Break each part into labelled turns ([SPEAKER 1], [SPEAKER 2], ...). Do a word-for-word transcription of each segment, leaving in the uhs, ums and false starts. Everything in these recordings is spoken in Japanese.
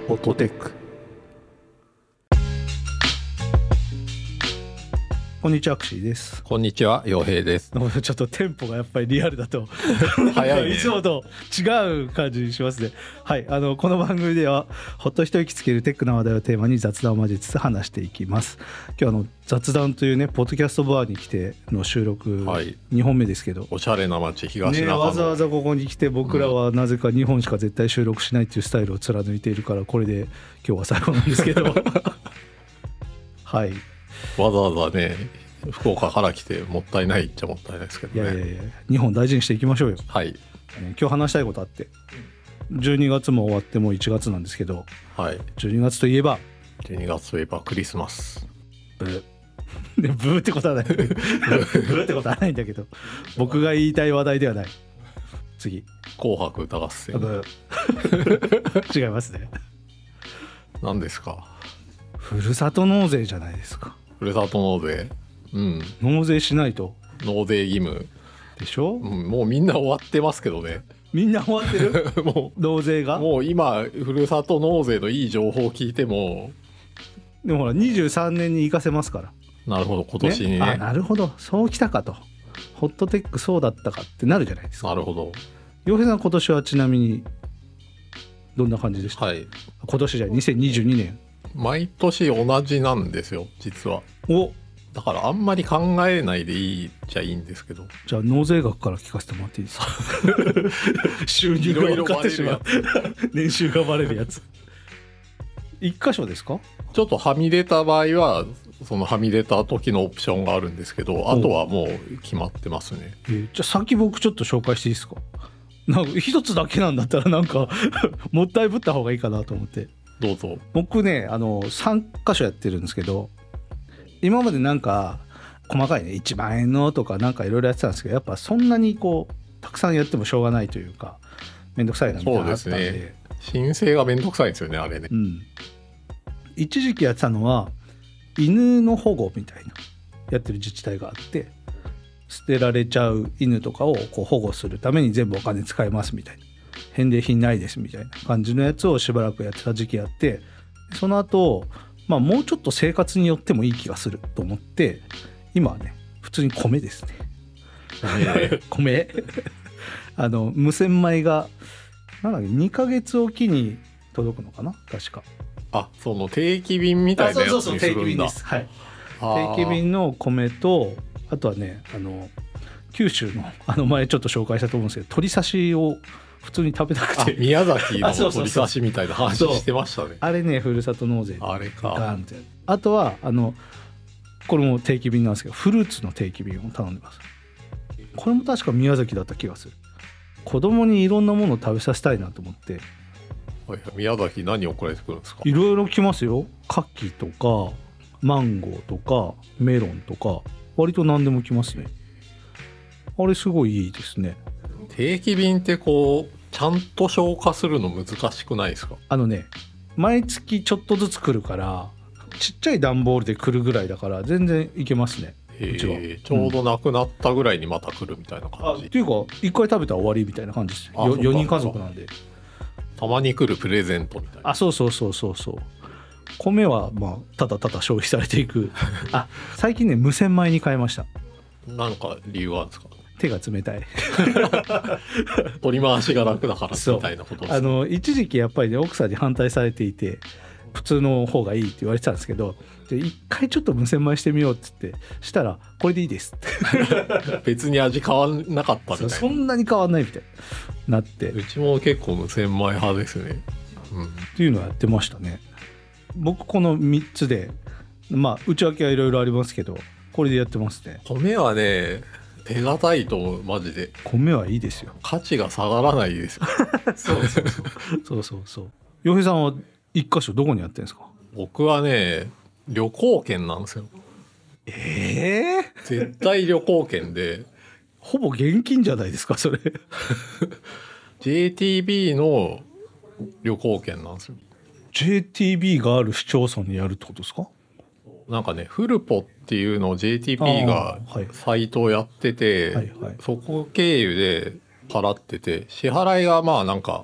[SPEAKER 1] フォトテック。こんにちは、アクシーです。
[SPEAKER 2] こんにちは、陽平です。
[SPEAKER 1] ちょっとテンポがやっぱりリアルだと
[SPEAKER 2] 早いね。
[SPEAKER 1] いつもと違う感じしますね。はい、あのこの番組ではほっと一息つけるテックな話題をテーマに雑談を交えつつ話していきます。今日あの雑談というねポッドキャストバーに来ての収録、はい、にほんめですけど、
[SPEAKER 2] おしゃれな街東中野、
[SPEAKER 1] ね、わざわざここに来て僕らはなぜかにほんしか絶対収録しないっていうスタイルを貫いているから、これで今日は最後なんですけどはい、
[SPEAKER 2] わざわざね福岡から来てもったいないっちゃもったいないですけどね。
[SPEAKER 1] いやいやいや、日本大事にしていきましょうよ。
[SPEAKER 2] はい、
[SPEAKER 1] 今日話したいことあって、じゅうにがつも終わってもういちがつなんですけど、
[SPEAKER 2] はい、
[SPEAKER 1] じゅうにがつといえば
[SPEAKER 2] じゅうにがつといえばクリスマス。
[SPEAKER 1] ブーでブーってことはないブーってことはないんだけど、僕が言いたい話題ではない。次、
[SPEAKER 2] 紅白歌合戦。
[SPEAKER 1] ブー違いますね。
[SPEAKER 2] 何ですか？
[SPEAKER 1] ふるさと納税じゃないですか。
[SPEAKER 2] ふるさと納税、うん、
[SPEAKER 1] 納税しないと。
[SPEAKER 2] 納税義務
[SPEAKER 1] でしょ、
[SPEAKER 2] うん、もうみんな終わってますけどね。
[SPEAKER 1] みんな終わってるもう納税が
[SPEAKER 2] もう今ふるさと納税のいい情報を聞いても、
[SPEAKER 1] でもほらにじゅうさんねんに行かせますから。
[SPEAKER 2] なるほど、今年にね、
[SPEAKER 1] ね、あ、なるほど、そうきたかと、ホットテックそうだったかってなるじゃないですか。
[SPEAKER 2] なるほど。
[SPEAKER 1] 洋平さん今年はちなみにどんな感じでした？
[SPEAKER 2] はい、
[SPEAKER 1] 今年じゃにせんにじゅうにねん
[SPEAKER 2] 毎年同じなんですよ実は。
[SPEAKER 1] お、
[SPEAKER 2] だからあんまり考えないでいいっちゃいいんですけど。
[SPEAKER 1] じゃあ納税額から聞かせてもらっていいですか？収入が分かってしまう年収がバレるやつ。一箇所ですか？
[SPEAKER 2] ちょっとはみ出た場合はそのはみ出た時のオプションがあるんですけど、あとはもう決まってますね。
[SPEAKER 1] えー、じゃあ先僕ちょっと紹介していいですか？なんか一つだけなんだったらなんかもったいぶった方がいいかなと思って。
[SPEAKER 2] どうぞ。
[SPEAKER 1] 僕ね、あのさんかしょやってるんですけど、今までなんか細かいねいちまんえんのとかなんかいろいろやってたんですけど、やっぱそんなにこうたくさんやってもしょうがないというか、めんどくさいなみたいなのがあったんで。
[SPEAKER 2] そうですね、申請がめんどくさいですよねあれね、
[SPEAKER 1] うん、一時期やってたのは犬の保護みたいなやってる自治体があって、捨てられちゃう犬とかをこう保護するために全部お金使いますみたいな、返礼品ないですみたいな感じのやつをしばらくやってた時期あって、その後、まあもうちょっと生活によってもいい気がすると思って、今はね普通に米ですね。米あの無洗米がなんだっけにかげつおきに届くのかな確か。
[SPEAKER 2] あ、その定期便みたいなやつにするんだ。
[SPEAKER 1] 定期便です、はい、定期便の米と、あとはね、あの九州のあの前ちょっと紹介したと思うんですけど、鶏刺しを普通に食べたくて、
[SPEAKER 2] 宮崎の鶏刺しみたいな話してましたね。
[SPEAKER 1] あれね、ふるさと納税で
[SPEAKER 2] あれか。
[SPEAKER 1] ガンって。あとはあのこれも定期便なんですけど、フルーツの定期便を頼んでます。これも確か宮崎だった気がする。子供にいろんなものを食べさせたいなと思って。
[SPEAKER 2] はい、宮崎何送られてくるんですか？
[SPEAKER 1] いろいろ来ますよ。牡蠣とかマンゴーとかメロンとか割と何でも来ますね。あれすごいいいですね。
[SPEAKER 2] 定期便ってこうちゃんと消化するの難しくないですか？
[SPEAKER 1] あのね、毎月ちょっとずつ来るから、ちっちゃい段ボールで来るぐらいだから全然いけますね。うちは
[SPEAKER 2] ちょうどなくなったぐらいにまた来るみたいな感じ、
[SPEAKER 1] うん、っていうかいっかい食べたら終わりみたいな感じですよ。よにん家族なんで
[SPEAKER 2] たまに来るプレゼントみたいな。
[SPEAKER 1] あ、そうそうそうそうそう。米はまあただただ消費されていくあ、最近ね無洗米に変えました。
[SPEAKER 2] なんか理由はあるんですか？
[SPEAKER 1] 手が冷たい
[SPEAKER 2] 取り回しが楽だからみたいなことです。
[SPEAKER 1] あの一時期やっぱりね奥さんに反対されていて、普通の方がいいって言われてたんですけど、一回ちょっと無洗米してみようって言ってしたらこれでいいですって
[SPEAKER 2] 別に味変わんなかったみたいな。
[SPEAKER 1] そ, そんなに変わんないみたいになって、
[SPEAKER 2] うちも結構無洗米派ですね、うん、
[SPEAKER 1] っていうのをやってましたね。僕このみっつで、まあ内訳はいろいろありますけどこれでやってますね。
[SPEAKER 2] 米はね手堅いと思う。マジで
[SPEAKER 1] 米はいいですよ。
[SPEAKER 2] 価値が下がらないですよ
[SPEAKER 1] そうそうそうそうそうそう。洋平さんは一箇所どこにやってるんですか？
[SPEAKER 2] 僕はね旅行券なんですよ。
[SPEAKER 1] えー、
[SPEAKER 2] 絶対旅行券で
[SPEAKER 1] ほぼ現金じゃないですかそれ
[SPEAKER 2] ジェーティービー の旅行券なんですよ。
[SPEAKER 1] ジェーティービー がある市町村にやるってことですか？
[SPEAKER 2] なんかねフルポっていうのを ジェーティービー がサイトをやってて、はいはいはい、そこ経由で払ってて、支払いがまあなんか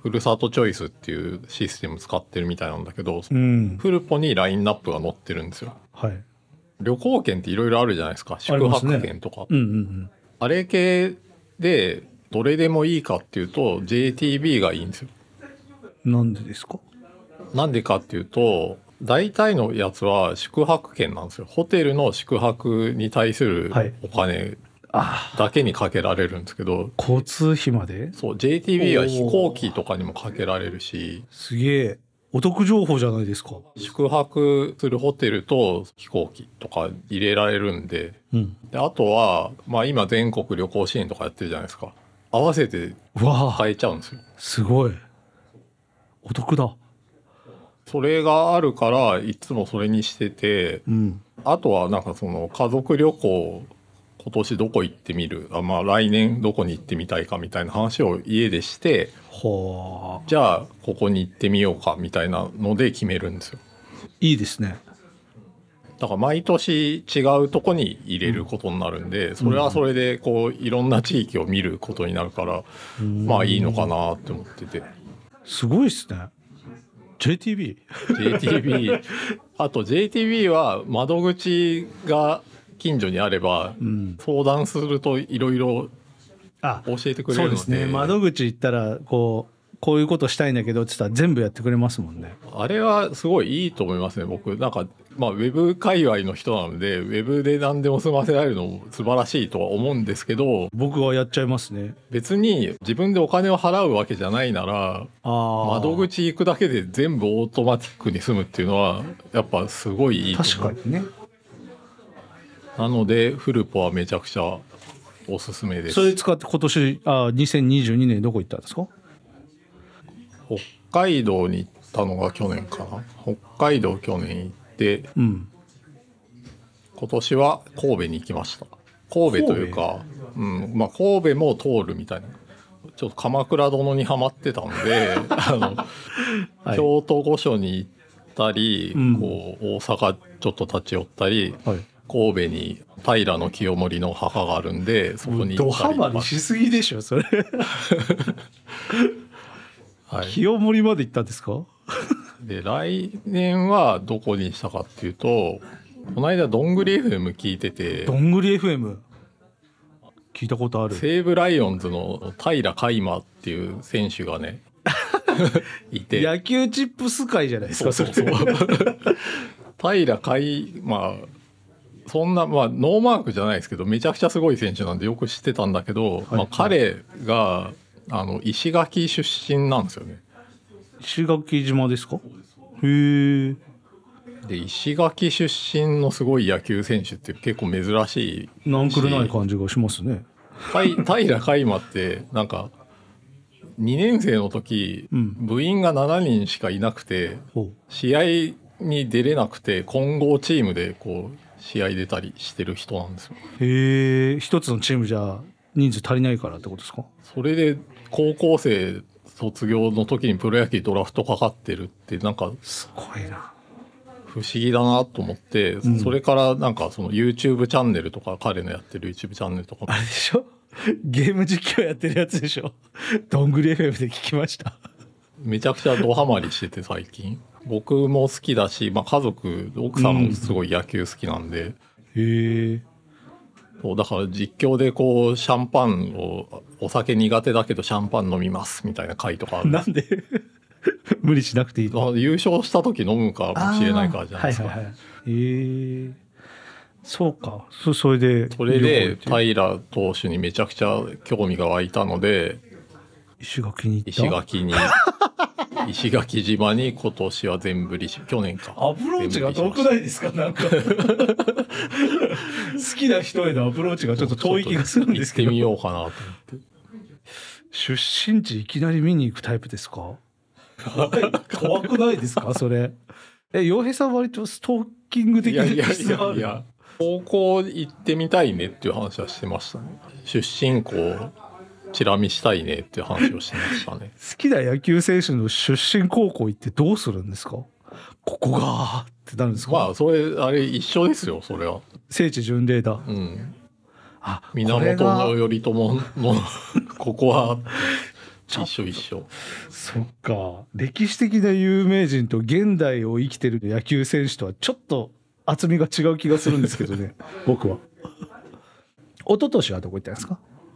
[SPEAKER 2] ふるさとチョイスっていうシステム使ってるみたいなんだけど、
[SPEAKER 1] うん、
[SPEAKER 2] フルポにラインナップが載ってるんですよ。
[SPEAKER 1] はい。
[SPEAKER 2] 旅行券っていろいろあるじゃないですか。宿泊券とか。あ,、
[SPEAKER 1] ね、うんうんうん、
[SPEAKER 2] あれ系でどれでもいいかっていうと ジェイティービー がいいんですよ。
[SPEAKER 1] なんでですか？
[SPEAKER 2] なんでかっていうと大体のやつは宿泊券なんですよ。ホテルの宿泊に対するお金だけにかけられるんですけど、
[SPEAKER 1] はい、交通費まで？
[SPEAKER 2] そう ジェイティービー は飛行機とかにもかけられるし、
[SPEAKER 1] すげえお得情報じゃないですか。
[SPEAKER 2] 宿泊するホテルと飛行機とか入れられるんで、うん、であとは、まあ、今全国旅行支援とかやってるじゃないですか。合わせて買えちゃうんですよ。
[SPEAKER 1] すごいお得だ。
[SPEAKER 2] それがあるからいつもそれにしてて、うん、あとはなんかその家族旅行今年どこ行ってみる、あ、まあ、来年どこに行ってみたいかみたいな話を家でして、はあ、じゃあここに行ってみようかみたいなので決めるんですよ。い
[SPEAKER 1] いですね。
[SPEAKER 2] だから毎年違うとこに入れることになるんで、うん、それはそれでこういろんな地域を見ることになるから、うん、まあいいのかなって思ってて。
[SPEAKER 1] すごいですね。ジェイティービー?
[SPEAKER 2] ジェイティービー あと ジェイティービー は窓口が近所にあれば、うん、相談するといろいろ教えてくれるので。
[SPEAKER 1] そうですね。窓口行ったらこうこういうことしたいんだけどって言ったら全部やってくれますもんね。
[SPEAKER 2] あれはすごいいいと思いますね。僕なんか、まあ、ウェブ界隈の人なのでウェブで何でも済ませられるのも素晴らしいとは思うんですけど、
[SPEAKER 1] 僕はやっちゃいますね。
[SPEAKER 2] 別に自分でお金を払うわけじゃないなら、あ、窓口行くだけで全部オートマティックに済むっていうのはやっぱすごいいいと思う。
[SPEAKER 1] 確かにね。
[SPEAKER 2] なのでフルポはめちゃくちゃおすすめです。
[SPEAKER 1] それ使って今年あにせんにじゅうにねんどこ行ったんですか？
[SPEAKER 2] 北海道に行ったのが去年かな。北海道去年行って、うん、今年は神戸に行きました。神戸というか、うんまあ、神戸も通るみたいな。ちょっと鎌倉殿にはまってたのであの、はい、京都御所に行ったり、うん、こう大阪ちょっと立ち寄ったり、はい、神戸に平清盛の墓があるんでそこに行ったり。
[SPEAKER 1] ドハマりしすぎでしょそれはい、清盛まで行ったんですか？
[SPEAKER 2] で来年はどこにしたかっていうと、この間どんぐり エフエム 聞いてて。
[SPEAKER 1] どんぐり エフエム 聞いたことある。
[SPEAKER 2] 西武ライオンズの平海馬っていう選手がねいて、
[SPEAKER 1] 野球チップス界じゃないですか。
[SPEAKER 2] そうそうそう平海馬、そんな、まあ、ノーマークじゃないですけどめちゃくちゃすごい選手なんでよく知ってたんだけど、はいまあ、彼があの石垣出身なんですよね。
[SPEAKER 1] 石垣島ですか？へえ。
[SPEAKER 2] で石垣出身のすごい野球選手って結構珍しい。
[SPEAKER 1] なんくるない感じがしますね。
[SPEAKER 2] 平海馬ってなんかにねん生の時、うん、部員がしちにんしかいなくて試合に出れなくて混合チームでこう試合出たりしてる人なんですよ。
[SPEAKER 1] へえ。一つのチームじゃ人数足りないからってことですか？
[SPEAKER 2] それで高校生卒業の時にプロ野球ドラフトかかってるってなんか
[SPEAKER 1] すごいな、
[SPEAKER 2] 不思議だなと思って、うん、それからなんかその YouTube チャンネルとか彼のやってる YouTube チャンネルとか
[SPEAKER 1] あれでしょゲーム実況やってるやつでしょ。どんぐり エフエム で聞きました。
[SPEAKER 2] めちゃくちゃドハマりしてて最近僕も好きだし、まあ、家族奥さんもすごい野球好きなんで、うん、へえ。そうだから実況でこうシャンパンをお酒苦手だけどシャンパン飲みますみたいな回とかある。
[SPEAKER 1] なんで無理しなくていいの？
[SPEAKER 2] 優勝した時飲むかもしれないからじゃないですか。はいはいはい、
[SPEAKER 1] えー、そうか。 そ, それで
[SPEAKER 2] それで平投手にめちゃくちゃ興味が湧いたので
[SPEAKER 1] 石垣に行った。
[SPEAKER 2] 石垣に石垣島に今年は全振りし去年か。
[SPEAKER 1] アプローチが遠くないですか？なんか好きな人へのアプローチがちょっと遠い気がするんですけど。
[SPEAKER 2] 行ってみようかなと思って。
[SPEAKER 1] 出身地いきなり見に行くタイプですか？怖くないですかそれ。え、洋平さん割とストーキング的な気質がある。いやいやいやいや、
[SPEAKER 2] 高校行ってみたいねっていう話はしてましたね。出身校チラ見したいねっていう話をしてましたね。
[SPEAKER 1] 好きな野球選手の出身高校行ってどうするんですか？ここがってなるんですか？
[SPEAKER 2] まあそれあれ一緒ですよそれは。
[SPEAKER 1] 聖地巡礼だ。
[SPEAKER 2] うん。あ、源頼朝のここは一緒一緒。
[SPEAKER 1] そっか、歴史的な有名人と現代を生きてる野球選手とはちょっと厚みが違う気がするんですけどね僕は。一昨年はどこ行ったんですか？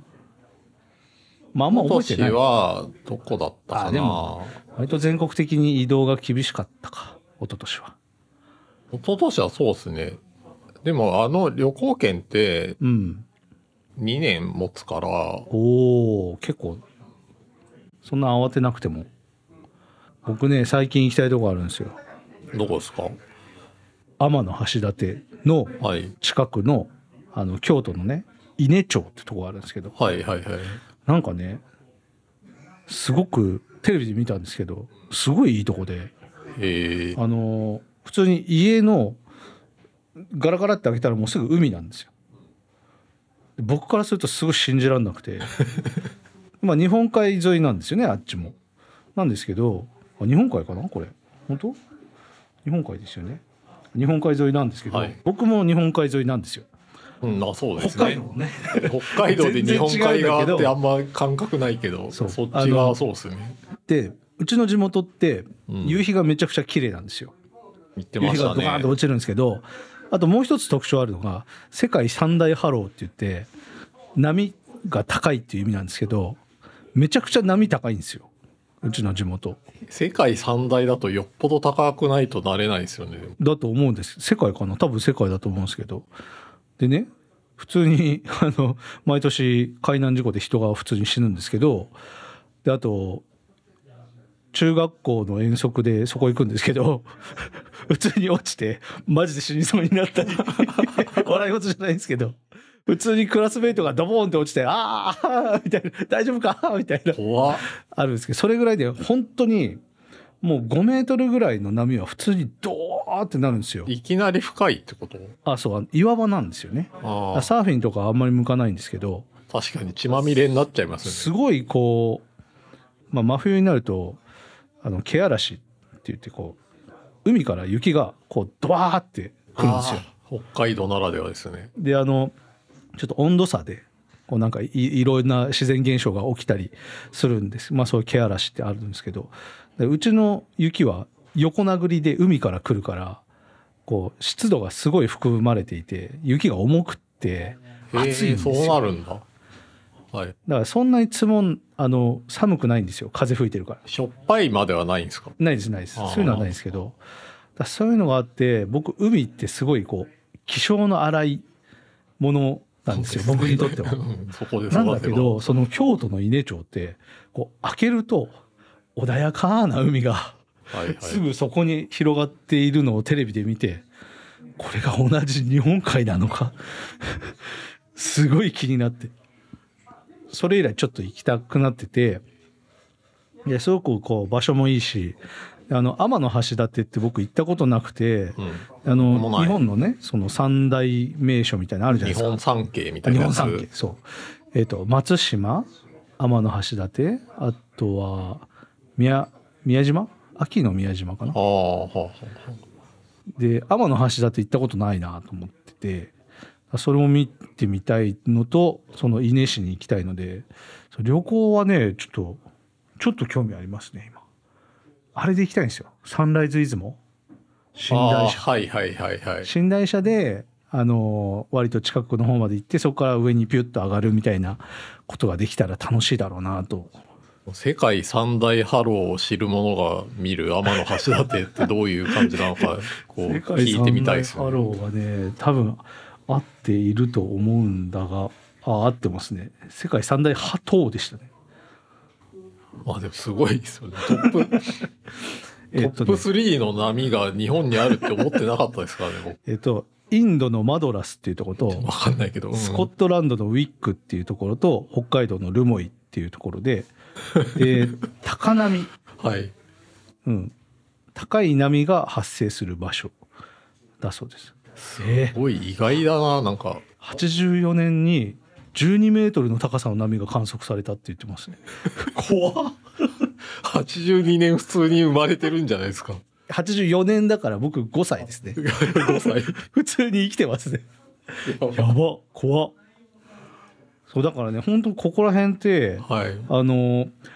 [SPEAKER 1] まああんま覚えてない。
[SPEAKER 2] 今年はどこだったかな。
[SPEAKER 1] あでも割と全国的に移動が厳しかったか、一昨年は。
[SPEAKER 2] 一昨年はそうですね。でもあの旅行券ってにねん持つから、うん、
[SPEAKER 1] おお、結構そんな慌てなくても。僕ね最近行きたいとこあるんですよ。
[SPEAKER 2] どこですか？
[SPEAKER 1] 天橋立の近くの、はい、あの京都のね伊根町ってとこがあるんですけど、
[SPEAKER 2] はいはいはい、
[SPEAKER 1] なんかねすごくテレビで見たんですけどすごいいいとこで、
[SPEAKER 2] へ
[SPEAKER 1] あの普通に家のガラガラって開けたらもうすぐ海なんですよ。僕からするとすごい信じられなくてまあ日本海沿いなんですよね、あっちもなんですけど、あ日本海かなこれ、本当日本海ですよね。日本海沿いなんですけど、はい、僕も日本海沿いなんですよ。
[SPEAKER 2] うん、あそうですね。
[SPEAKER 1] 北海道ね
[SPEAKER 2] 北海道で日本海側ってあんま感覚ないけど、そ, そっち側そうですね。
[SPEAKER 1] でうちの地元って夕日がめちゃくちゃ綺麗なんですよ、
[SPEAKER 2] うん、言ってましたね。
[SPEAKER 1] 夕日がドカーンと落ちるんですけど、あともう一つ特徴あるのが世界三大波浪って言って波が高いっていう意味なんですけど、めちゃくちゃ波高いんですようちの地元。
[SPEAKER 2] 世界三大だとよっぽど高くないとなれないですよね。
[SPEAKER 1] だと思うんです。世界かな、多分世界だと思うんですけど。でね普通にあの毎年海難事故で人が普通に死ぬんですけど、であと中学校の遠足でそこ行くんですけど普通に落ちてマジで死にそうになったり笑い事じゃないんですけど、普通にクラスメイトがドボーンって落ちてああみたいな、大丈夫かみたいな
[SPEAKER 2] 怖っ
[SPEAKER 1] あるんですけど、それぐらいで本当にもうごメートルぐらいの波は普通にドーってなるんですよ。
[SPEAKER 2] いきなり深いってこと？
[SPEAKER 1] あそう岩場なんですよね。あサーフィンとかあんまり向かないんですけど、
[SPEAKER 2] 確かに血まみれになっちゃいますよね。
[SPEAKER 1] すごいこう、まあ、真冬になるとあの気嵐って言ってこう海から雪がこうドワーってくるんですよ。
[SPEAKER 2] 北海道ならではですね。
[SPEAKER 1] であのちょっと温度差でこうなんか い, いろんな自然現象が起きたりするんです。まあそういう気嵐ってあるんですけど、うちの雪は横殴りで海から来るからこう湿度がすごい含まれていて雪が重くって暑いんですよ。
[SPEAKER 2] そうなるんだ。はい。
[SPEAKER 1] だからそんなに積もんあの寒くないんですよ、風吹いてるから。
[SPEAKER 2] しょっぱいまではないんですか？
[SPEAKER 1] ないですないです。そういうのはないですけど、だそういうのがあって僕海ってすごいこう気性の荒いものなんですよ、僕にとっては。
[SPEAKER 2] そこで
[SPEAKER 1] なんだけどその京都の伊根町ってこう開けると穏やかな海が、はいはい、すぐそこに広がっているのをテレビで見て、これが同じ日本海なのかすごい気になって、それ以来ちょっと行きたくなってて、ですごくこう場所もいいし、あの天橋立って僕行ったことなくて、うん、あの日本のねその三大名所みたいなのあるじゃないですか。
[SPEAKER 2] 日本三景みたいなやつ。
[SPEAKER 1] 日本三景、そう、えーと、松島、天橋立、あとは宮宮島、秋の宮島かな。あははで天橋立行ったことないなと思ってて、それも見てみたいのとその伊根市に行きたいので、旅行はねちょっとちょっと興味ありますね今。あれで行きたいんですよ、サンライズ出雲寝台車。
[SPEAKER 2] はいはいはいはい。
[SPEAKER 1] 寝台車であの割と近くの方まで行ってそこから上にピュッと上がるみたいなことができたら楽しいだろうなと。
[SPEAKER 2] 世界三大ハローを知る者が見る天橋立ってどういう感じなのかこう聞いてみたいですね。
[SPEAKER 1] 世界三大ハローはね多分合っていると思うんだが、あ合ってますね。世界三大ハトーでしたね。
[SPEAKER 2] まあでもすごいですよね。トップえっとね、トップスリーの波が日本にあるって思ってなかったですからね。
[SPEAKER 1] えっとインドのマドラスっていうところと、
[SPEAKER 2] わかんないけど、うん、
[SPEAKER 1] スコットランドのウィックっていうところと北海道のルモイっていうところで、で高波、
[SPEAKER 2] はい、
[SPEAKER 1] うん、高い波が発生する場所だそうです。
[SPEAKER 2] すごい意外だな。なんか
[SPEAKER 1] はちじゅうよねんにじゅうにメートルの高さの波が観測されたって言ってますね。
[SPEAKER 2] 怖っはちじゅうにねん普通に生まれてるんじゃないですか。
[SPEAKER 1] はちじゅうよねんだから僕ごさいですね。
[SPEAKER 2] ごさい
[SPEAKER 1] 普通に生きてますね。やば怖っ。そうだからね本当ここら辺って、
[SPEAKER 2] はい、
[SPEAKER 1] あの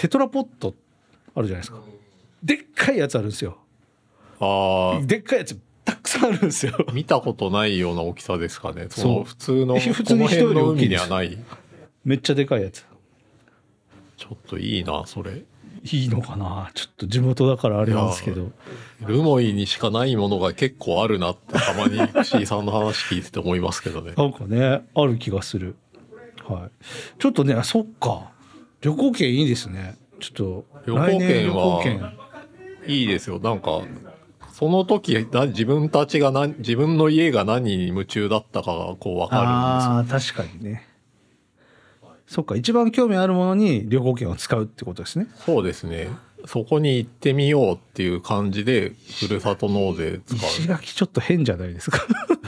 [SPEAKER 1] テトラポットあるじゃないですか。でっかいやつあるんですよ。
[SPEAKER 2] あ
[SPEAKER 1] でっかいやつたくさんあるんですよ。
[SPEAKER 2] 見たことないような大きさですかね。その普通の
[SPEAKER 1] 普通に人より大きいです。
[SPEAKER 2] この辺の海にはない。
[SPEAKER 1] めっちゃでかいやつ。
[SPEAKER 2] ちょっといいなそれ。
[SPEAKER 1] いいのかな、ちょっと地元だからあれなんですけど。
[SPEAKER 2] 留萌にしかないものが結構あるなってたまに串井さんの話聞いてて思いますけどね。
[SPEAKER 1] なんかねある気がする。はい。ちょっとねそっか旅行券いいですね。ちょっと
[SPEAKER 2] 旅行券はいいですよ。なんかその時自分たちが何自分の家が何に夢中だったかがこう分かるんですよ。
[SPEAKER 1] ああ確かにね。そっか一番興味あるものに旅行券を使うってことですね。
[SPEAKER 2] そうですね。そこに行ってみようっていう感じでふるさと納税使う。
[SPEAKER 1] 石垣ちょっと変じゃないですか。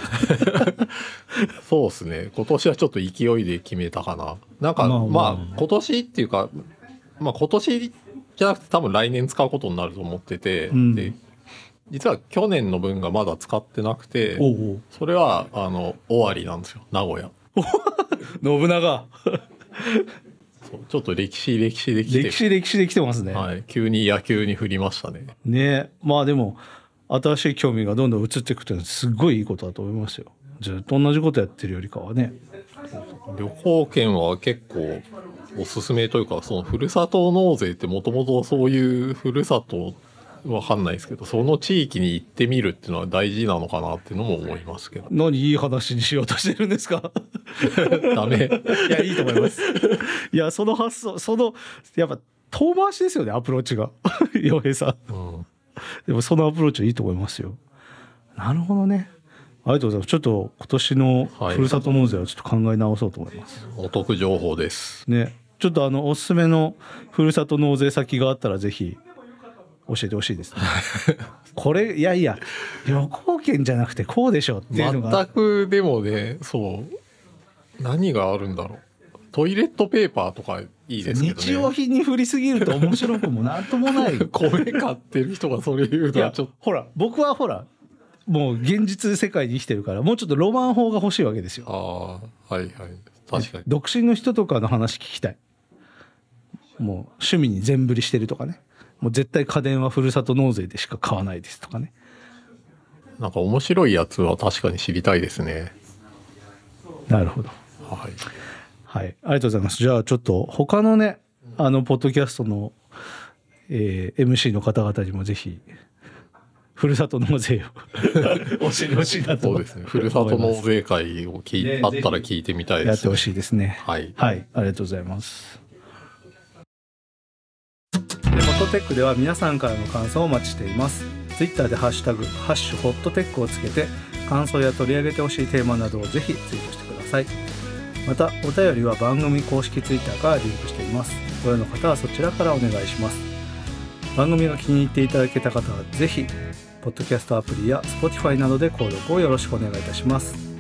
[SPEAKER 2] そうですね。今年はちょっと勢いで決めたかな。なんかまあ、まあまあ、今年っていうか、まあ、今年じゃなくて多分来年使うことになると思ってて、うん、で実は去年の分がまだ使ってなくて、おうおうそれはあの終わりなんですよ名古屋。
[SPEAKER 1] 信長。
[SPEAKER 2] そうちょっと歴史歴史できて
[SPEAKER 1] 歴史歴史できてますね。
[SPEAKER 2] はい、急に野球に振りましたね。
[SPEAKER 1] ねまあでも新しい興味がどんどん移っていくっていうのはすごいいいことだと思いますよ。ずっと同じことやってるよりかはね。
[SPEAKER 2] 旅行券は結構おすすめというか、そのふるさと納税ってもともとそういうふるさとわかんないですけど、その地域に行ってみるっていうのは大事なのかなっていうのも思いますけど。
[SPEAKER 1] 何いい話にしようとしてるんですか。
[SPEAKER 2] ダメ。
[SPEAKER 1] いやいいと思います。いやその発想そのやっぱ遠回しですよねアプローチが。洋平さん、うん、でもそのアプローチはいいと思いますよ。なるほどね。ありがとうございます。ちょっと今年のふるさと納税はちょっと考え直そうと思います。
[SPEAKER 2] はい、お得情報です
[SPEAKER 1] ね。ちょっとあのおすすめのふるさと納税先があったらぜひ教えてほしいですね。これいやいや旅行券じゃなくてこうでしょっていうのが
[SPEAKER 2] 全くでもね、そう何があるんだろう。トイレットペーパーとかいいですけどね。
[SPEAKER 1] 日用品に振りすぎると面白くもなんともない。
[SPEAKER 2] 米買ってる人がそれ言うのはちょっと
[SPEAKER 1] ほら僕はほらもう現実世界に生きてるからもうちょっとロマン法が欲しいわけですよ。
[SPEAKER 2] ああはいはい確かに。
[SPEAKER 1] 独身の人とかの話聞きたい。もう趣味に全振りしてるとかね。もう絶対家電はふるさと納税でしか買わないですとかね。
[SPEAKER 2] なんか面白いやつは確かに知りたいですね。
[SPEAKER 1] なるほど。
[SPEAKER 2] はい、
[SPEAKER 1] はい、ありがとうございます。じゃあちょっと他のねあのポッドキャストの、えー、エムシー の方々にもぜひふるさと納税を教えてほしいなと。
[SPEAKER 2] そうですね。ふるさと納税会を聞い、ね、あったら聞いてみたいです、ね。
[SPEAKER 1] やってほしいですね。
[SPEAKER 2] はい、
[SPEAKER 1] はい、ありがとうございます。ホットテックでは皆さんからの感想をお待ちしています。ツイッターでハッシュタグハッシュホットテックをつけて感想や取り上げてほしいテーマなどをぜひツイートしてください。またお便りは番組公式ツイッターからリンクしています。ご用の方はそちらからお願いします。番組が気に入っていただけた方はぜひポッドキャストアプリや Spotify などで購読をよろしくお願いいたします。